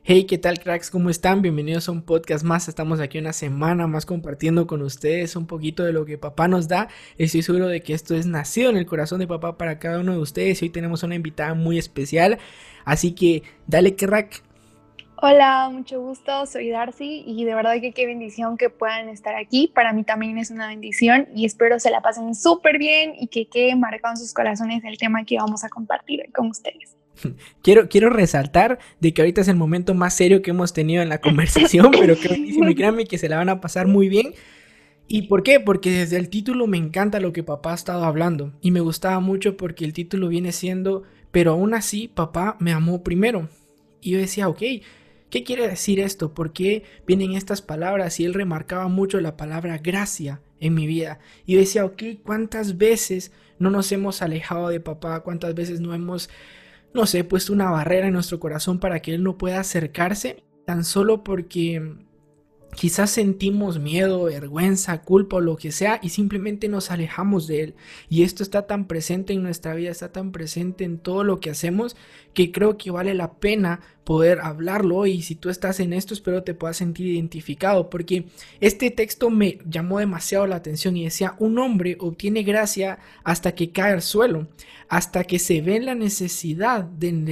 Hey, ¿qué tal, cracks? ¿Cómo están? Bienvenidos a un podcast más. Estamos aquí una semana más compartiendo con ustedes un poquito de lo que papá nos da. Estoy seguro de que esto es nacido en el corazón de papá para cada uno de ustedes. Y hoy tenemos una invitada muy especial. Así que dale, crack. Hola, mucho gusto, soy Darcy y de verdad que qué bendición que puedan estar aquí. Para mí también es una bendición y espero se la pasen súper bien y que quede marcado en sus corazones el tema que vamos a compartir hoy con ustedes. Quiero resaltar de que ahorita es el momento más serio que hemos tenido en la conversación, pero qué buenísimo y créanme que se la van a pasar muy bien. ¿Y por qué? Porque desde el título me encanta lo que papá ha estado hablando y me gustaba mucho porque el título viene siendo, pero aún así papá me amó primero. Y yo decía, ok, ¿qué quiere decir esto? ¿Por qué vienen estas palabras? Y él remarcaba mucho la palabra gracia en mi vida. Y yo decía, ok, ¿cuántas veces no nos hemos alejado de papá? ¿Cuántas veces no hemos, no sé, puesto una barrera en nuestro corazón para que él no pueda acercarse? Tan solo porque quizás sentimos miedo, vergüenza, culpa o lo que sea y simplemente nos alejamos de él. Y esto está tan presente en nuestra vida, está tan presente en todo lo que hacemos que creo que vale la pena poder hablarlo. Y si tú estás en esto, espero te puedas sentir identificado, porque este texto me llamó demasiado la atención y decía: un hombre obtiene gracia hasta que cae al suelo, hasta que se ve en la necesidad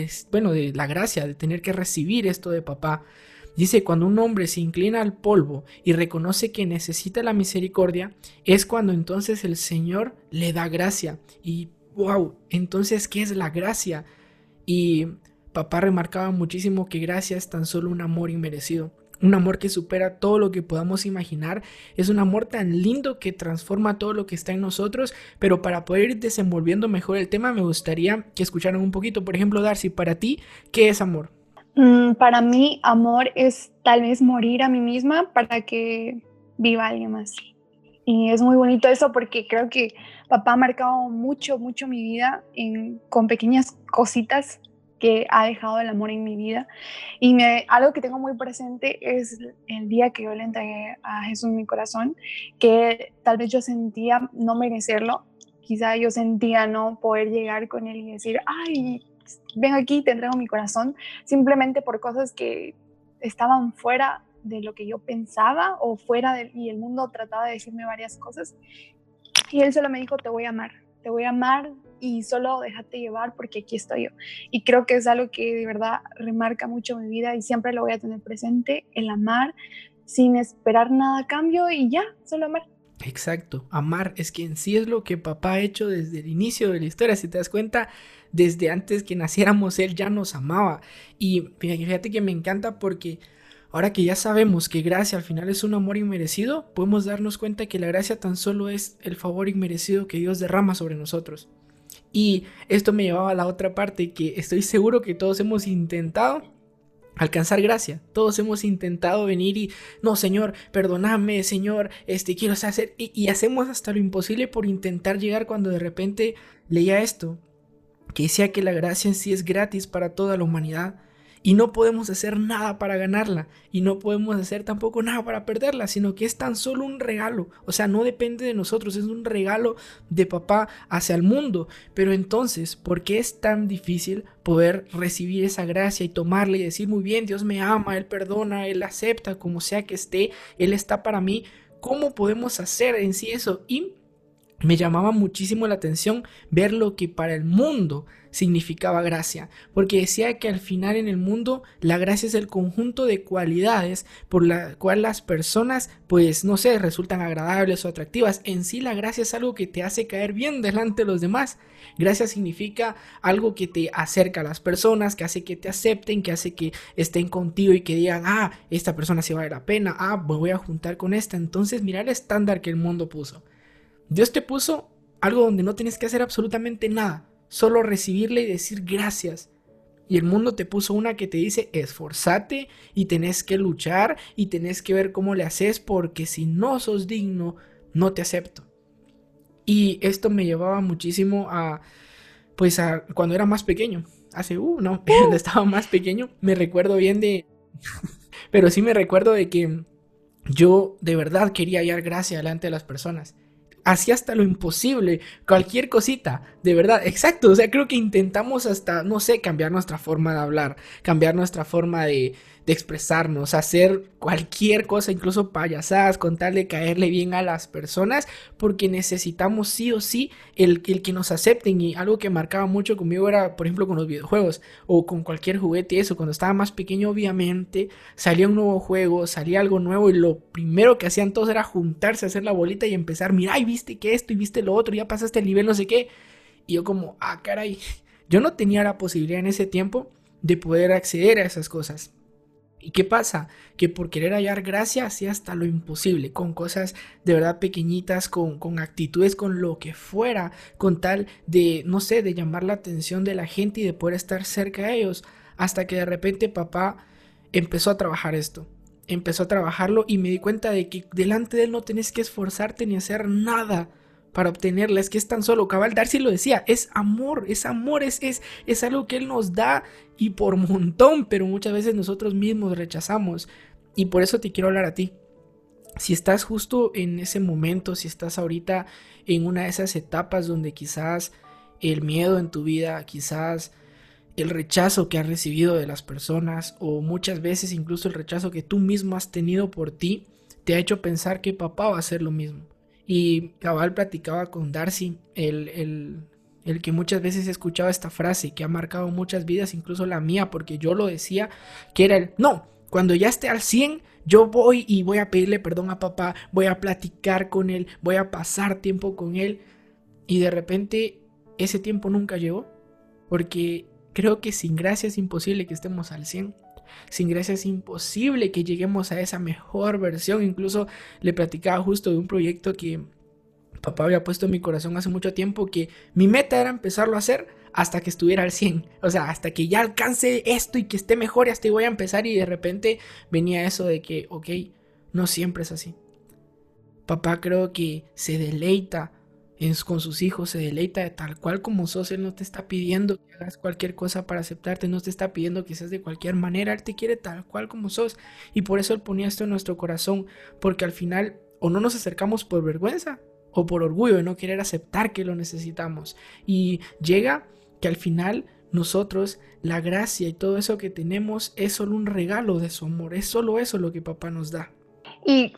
de la gracia, de tener que recibir esto de papá. Dice: cuando un hombre se inclina al polvo y reconoce que necesita la misericordia, es cuando entonces el Señor le da gracia. Y wow, entonces, ¿qué es la gracia? Y papá remarcaba muchísimo que gracia es tan solo un amor inmerecido. Un amor que supera todo lo que podamos imaginar. Es un amor tan lindo que transforma todo lo que está en nosotros. Pero para poder ir desenvolviendo mejor el tema, me gustaría que escucharan un poquito. Por ejemplo, Darcy, para ti, ¿qué es amor? Para mí, amor es tal vez morir a mí misma para que viva alguien más. Y es muy bonito eso porque creo que papá ha marcado mucho, mucho mi vida con pequeñas cositas que ha dejado el amor en mi vida. Y algo que tengo muy presente es el día que yo le entregué a Jesús mi corazón, que tal vez yo sentía no merecerlo, quizá yo sentía no poder llegar con él y decir, ay, ven aquí, te entrego mi corazón, simplemente por cosas que estaban fuera de lo que yo pensaba o y el mundo trataba de decirme varias cosas. Y él solo me dijo, te voy a amar y solo déjate llevar porque aquí estoy yo. Y creo que es algo que de verdad remarca mucho mi vida y siempre lo voy a tener presente, el amar sin esperar nada a cambio y ya, solo amar. Exacto, amar es que en sí es lo que papá ha hecho desde el inicio de la historia. Si te das cuenta, desde antes que naciéramos él ya nos amaba. Y fíjate que me encanta porque ahora que ya sabemos que gracia al final es un amor inmerecido, podemos darnos cuenta que la gracia tan solo es el favor inmerecido que Dios derrama sobre nosotros. Y esto me llevaba a la otra parte, que estoy seguro que todos hemos intentado alcanzar gracia. Todos hemos intentado venir y, no, Señor, perdóname, Señor, quiero hacer, y hacemos hasta lo imposible por intentar llegar, cuando de repente leía esto, que decía que la gracia en sí es gratis para toda la humanidad y no podemos hacer nada para ganarla y no podemos hacer tampoco nada para perderla, sino que es tan solo un regalo. O sea, no depende de nosotros, es un regalo de papá hacia el mundo. Pero entonces, ¿por qué es tan difícil poder recibir esa gracia y tomarla y decir: muy bien, Dios me ama, Él perdona, Él acepta, como sea que esté, Él está para mí? ¿Cómo podemos hacer en sí eso? Y me llamaba muchísimo la atención ver lo que para el mundo significaba gracia, porque decía que al final en el mundo la gracia es el conjunto de cualidades por la cual las personas, pues no sé, resultan agradables o atractivas. En sí la gracia es algo que te hace caer bien delante de los demás. Gracia significa algo que te acerca a las personas, que hace que te acepten, que hace que estén contigo y que digan: ah, esta persona sí vale la pena, ah, me voy a juntar con esta. Entonces mira el estándar que el mundo puso. Dios te puso algo donde no tienes que hacer absolutamente nada, solo recibirle y decir gracias. Y el mundo te puso una que te dice: esforzate y tenés que luchar y tenés que ver cómo le haces, porque si no sos digno, no te acepto. Y esto me llevaba muchísimo a cuando era más pequeño. Hace, no, cuando estaba más pequeño, me recuerdo bien pero sí me recuerdo de que yo de verdad quería hallar gracia delante de las personas. Hacía hasta lo imposible, cualquier cosita, De verdad, exacto. O sea, creo que intentamos hasta, no sé, cambiar nuestra forma de hablar, cambiar nuestra forma de expresarnos, hacer cualquier cosa, incluso payasadas, con tal de caerle bien a las personas, porque necesitamos sí o sí el que nos acepten. Y algo que marcaba mucho conmigo era, por ejemplo, con los videojuegos o con cualquier juguete, eso. Cuando estaba más pequeño, obviamente, salía un nuevo juego, salía algo nuevo y lo primero que hacían todos era juntarse, hacer la bolita y empezar, mira, y viste que esto y viste lo otro, ya pasaste el nivel no sé qué. Y yo como, ah, caray, yo no tenía la posibilidad en ese tiempo de poder acceder a esas cosas. ¿Y qué pasa? Que por querer hallar gracia hacía hasta lo imposible, con cosas de verdad pequeñitas, con actitudes, con lo que fuera, con tal de, no sé, de llamar la atención de la gente y de poder estar cerca de ellos, hasta que de repente papá empezó a trabajar esto. Empezó a trabajarlo y me di cuenta de que delante de él no tenés que esforzarte ni hacer nada para obtenerla. Es que es tan solo, cabal, Darcy lo decía, es amor, es algo que él nos da y por montón, pero muchas veces nosotros mismos rechazamos. Y por eso te quiero hablar a ti. Si estás justo en ese momento, si estás ahorita en una de esas etapas donde quizás el miedo en tu vida, quizás el rechazo que has recibido de las personas o muchas veces incluso el rechazo que tú mismo has tenido por ti, te ha hecho pensar que papá va a hacer lo mismo. Y cabal platicaba con Darcy, el que muchas veces he escuchado esta frase que ha marcado muchas vidas, incluso la mía, porque yo lo decía, que era el, no, cuando ya esté al 100 yo voy y voy a pedirle perdón a papá, voy a platicar con él, voy a pasar tiempo con él, y de repente ese tiempo nunca llegó, porque creo que sin gracia es imposible que estemos al 100. Sin gracia es imposible que lleguemos a esa mejor versión. Incluso le platicaba justo de un proyecto que papá había puesto en mi corazón hace mucho tiempo, que mi meta era empezarlo a hacer hasta que estuviera al 100. O sea, hasta que ya alcance esto y que esté mejor y hasta ahí voy a empezar. Y de repente venía eso de que, ok, no siempre es así. Papá creo que se deleita con sus hijos, se deleita de tal cual como sos. Él no te está pidiendo que hagas cualquier cosa para aceptarte, no te está pidiendo que seas de cualquier manera, Él te quiere tal cual como sos. Y por eso Él ponía esto en nuestro corazón, porque al final o no nos acercamos por vergüenza o por orgullo de no querer aceptar que lo necesitamos. Y llega que al final nosotros, la gracia y todo eso que tenemos es solo un regalo de su amor, es solo eso lo que papá nos da. Y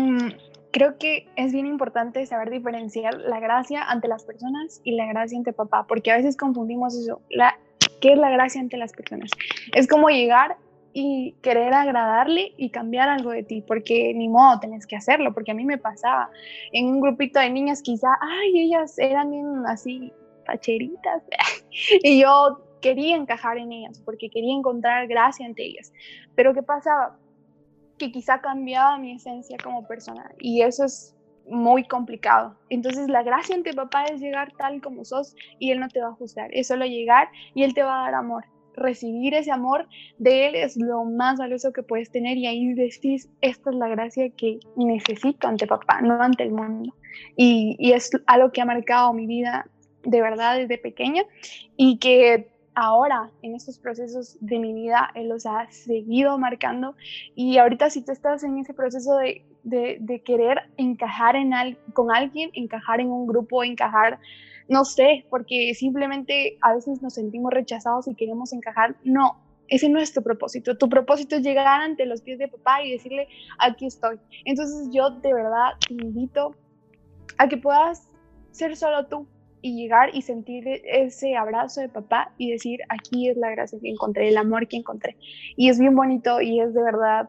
creo que es bien importante saber diferenciar la gracia ante las personas y la gracia ante papá, porque a veces confundimos eso. ¿Qué es la gracia ante las personas? Es como llegar y querer agradarle y cambiar algo de ti, porque ni modo tenés que hacerlo, porque a mí me pasaba en un grupito de niñas, quizá, ay, ellas eran bien así facheritas, y yo quería encajar en ellas, porque quería encontrar gracia ante ellas, pero ¿qué pasaba? Que quizá cambiaba mi esencia como persona y eso es muy complicado. Entonces la gracia ante papá es llegar tal como sos y él no te va a juzgar, es solo llegar y él te va a dar amor. Recibir ese amor de él es lo más valioso que puedes tener y ahí decís, esta es la gracia que necesito ante papá, no ante el mundo. Y es algo que ha marcado mi vida de verdad desde pequeña y que ahora en estos procesos de mi vida él los ha seguido marcando. Y ahorita si tú estás en ese proceso de querer encajar con alguien, encajar en un grupo, encajar, no sé, porque simplemente a veces nos sentimos rechazados y queremos encajar, no, ese no es tu propósito. Tu propósito es llegar ante los pies de papá y decirle, aquí estoy. Entonces yo de verdad te invito a que puedas ser solo tú y llegar y sentir ese abrazo de papá y decir, aquí es la gracia que encontré, el amor que encontré. Y es bien bonito y es de verdad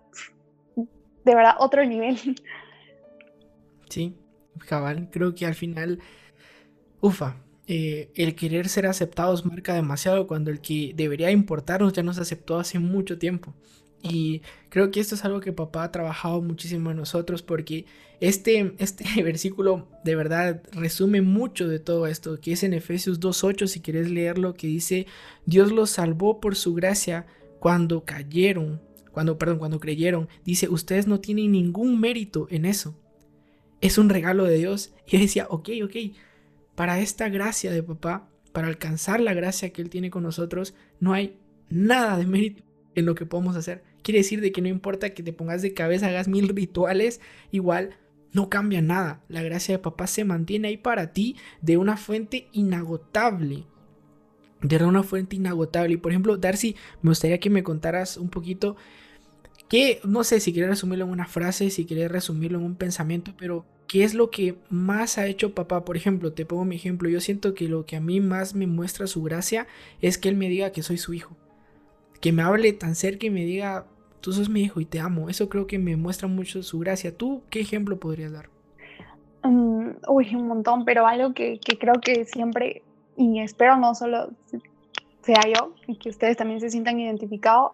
otro nivel. Sí, cabal, creo que al final, el querer ser aceptados marca demasiado cuando el que debería importarnos ya nos aceptó hace mucho tiempo. Y creo que esto es algo que papá ha trabajado muchísimo en nosotros porque este versículo de verdad resume mucho de todo esto, que es en Efesios 2:8, si quieres leerlo, que dice, Dios los salvó por su gracia cuando cuando creyeron. Dice, ustedes no tienen ningún mérito en eso. Es un regalo de Dios. Y yo decía, ok, para esta gracia de papá, para alcanzar la gracia que Él tiene con nosotros, no hay nada de mérito en lo que podemos hacer. Quiere decir de que no importa que te pongas de cabeza, hagas 1000 rituales, igual no cambia nada. La gracia de papá se mantiene ahí para ti de una fuente inagotable. De una fuente inagotable. Y por ejemplo, Darcy, me gustaría que me contaras un poquito que, no sé si quieres resumirlo en una frase, si quieres resumirlo en un pensamiento, pero ¿qué es lo que más ha hecho papá? Por ejemplo, te pongo mi ejemplo. Yo siento que lo que a mí más me muestra su gracia es que él me diga que soy su hijo. Que me hable tan cerca y me diga, tú sos mi hijo y te amo. Eso creo que me muestra mucho su gracia. ¿Tú qué ejemplo podrías dar? Un montón, pero algo que creo que siempre, y espero no solo sea yo, y que ustedes también se sientan identificados,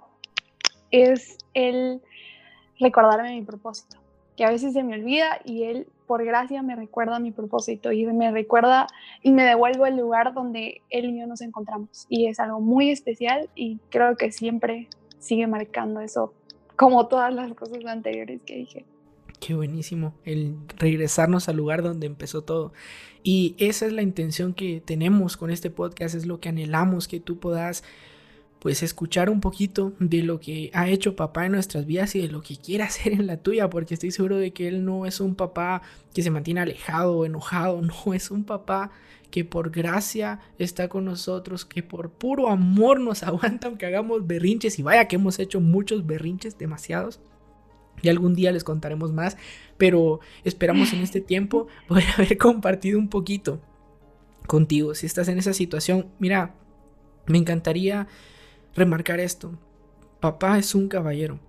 es el recordarme mi propósito, que a veces se me olvida y él, por gracia, me recuerda mi propósito y me recuerda y me devuelve al lugar donde él y yo nos encontramos. Y es algo muy especial y creo que siempre sigue marcando eso, como todas las cosas anteriores que dije. Qué buenísimo, el regresarnos al lugar donde empezó todo. Y esa es la intención que tenemos con este podcast, es lo que anhelamos, que tú puedas pues escuchar un poquito de lo que ha hecho papá en nuestras vidas y de lo que quiere hacer en la tuya, porque estoy seguro de que él no es un papá que se mantiene alejado o enojado, no, es un papá que por gracia está con nosotros, que por puro amor nos aguanta aunque hagamos berrinches, y vaya que hemos hecho muchos berrinches, demasiados. Y algún día les contaremos más, pero esperamos en este tiempo poder haber compartido un poquito contigo. Si estás en esa situación, mira, me encantaría remarcar esto. Papá es un caballero.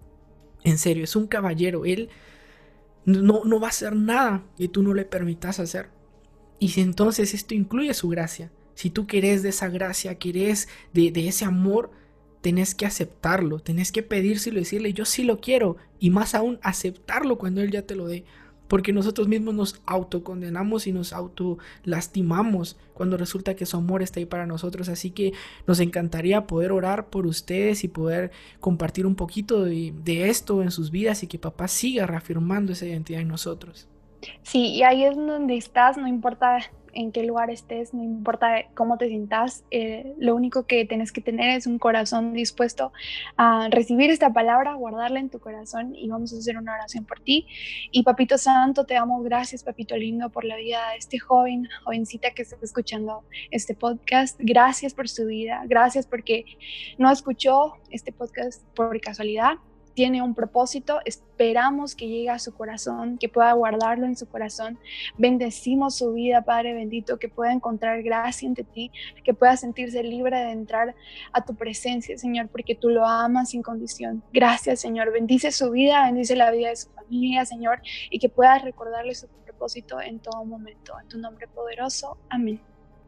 En serio, es un caballero. Él no va a hacer nada que tú no le permitas hacer. Y si entonces esto incluye su gracia, si tú querés de esa gracia, querés de ese amor, tenés que aceptarlo, tenés que pedírselo y decirle yo sí lo quiero, y más aún aceptarlo cuando él ya te lo dé, porque nosotros mismos nos autocondenamos y nos autolastimamos cuando resulta que su amor está ahí para nosotros. Así que nos encantaría poder orar por ustedes y poder compartir un poquito de esto en sus vidas y que papá siga reafirmando esa identidad en nosotros. Sí, y ahí es donde estás, no importa en qué lugar estés, no importa cómo te sientas, lo único que tienes que tener es un corazón dispuesto a recibir esta palabra, guardarla en tu corazón, y vamos a hacer una oración por ti. Y Papito Santo, te damos gracias, Papito lindo, por la vida de este jovencita que está escuchando este podcast. Gracias por su vida, gracias porque no escuchó este podcast por casualidad. Tiene un propósito, esperamos que llegue a su corazón, que pueda guardarlo en su corazón. Bendecimos su vida, Padre bendito, que pueda encontrar gracia ante ti, que pueda sentirse libre de entrar a tu presencia, Señor, porque tú lo amas sin condición. Gracias, Señor. Bendice su vida, bendice la vida de su familia, Señor, y que puedas recordarle su propósito en todo momento. En tu nombre poderoso. Amén.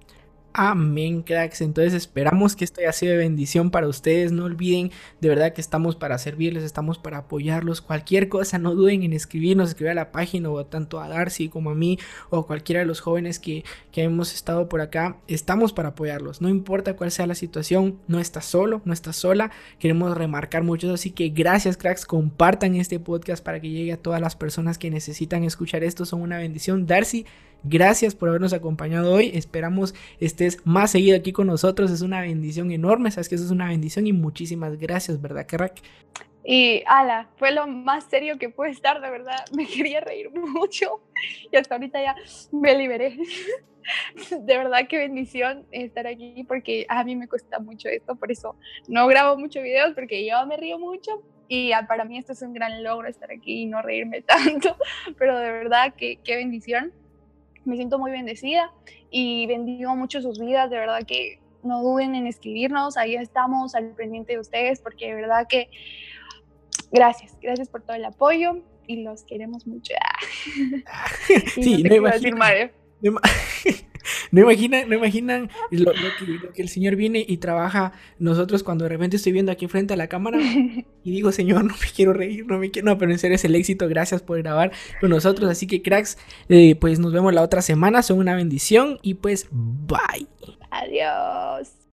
Amén, cracks. Entonces esperamos que esto haya sido de bendición para ustedes. No olviden, de verdad que estamos para servirles, estamos para apoyarlos. Cualquier cosa, no duden en escribirnos, escribir a la página, o tanto a Darcy como a mí o a cualquiera de los jóvenes que hemos estado por acá. Estamos para apoyarlos, no importa cuál sea la situación. No estás solo, no estás sola. Queremos remarcar mucho eso, así que gracias, cracks. Compartan este podcast para que llegue a todas las personas que necesitan escuchar esto. Son una bendición. Darcy, gracias por habernos acompañado hoy. Esperamos estés más seguido aquí con nosotros. Es una bendición enorme. Sabes que eso es una bendición y muchísimas gracias, ¿verdad, crack? Y fue lo más serio que pude estar, de verdad. Me quería reír mucho y hasta ahorita ya me liberé. De verdad, qué bendición estar aquí, porque a mí me cuesta mucho esto, por eso no grabo muchos videos, porque yo me río mucho. Y para mí esto es un gran logro, estar aquí y no reírme tanto. Pero de verdad, qué bendición. Me siento muy bendecida y bendigo mucho sus vidas. De verdad que no duden en escribirnos, ahí estamos al pendiente de ustedes, porque de verdad que gracias por todo el apoyo y los queremos mucho. Sí, no imaginan, no imaginan lo que el Señor viene y trabaja nosotros cuando de repente estoy viendo aquí frente a la cámara y digo, Señor, no me quiero reír, no, pero en serio es el éxito. Gracias por grabar con nosotros. Así que, cracks, pues nos vemos la otra semana. Son una bendición y pues bye. Adiós.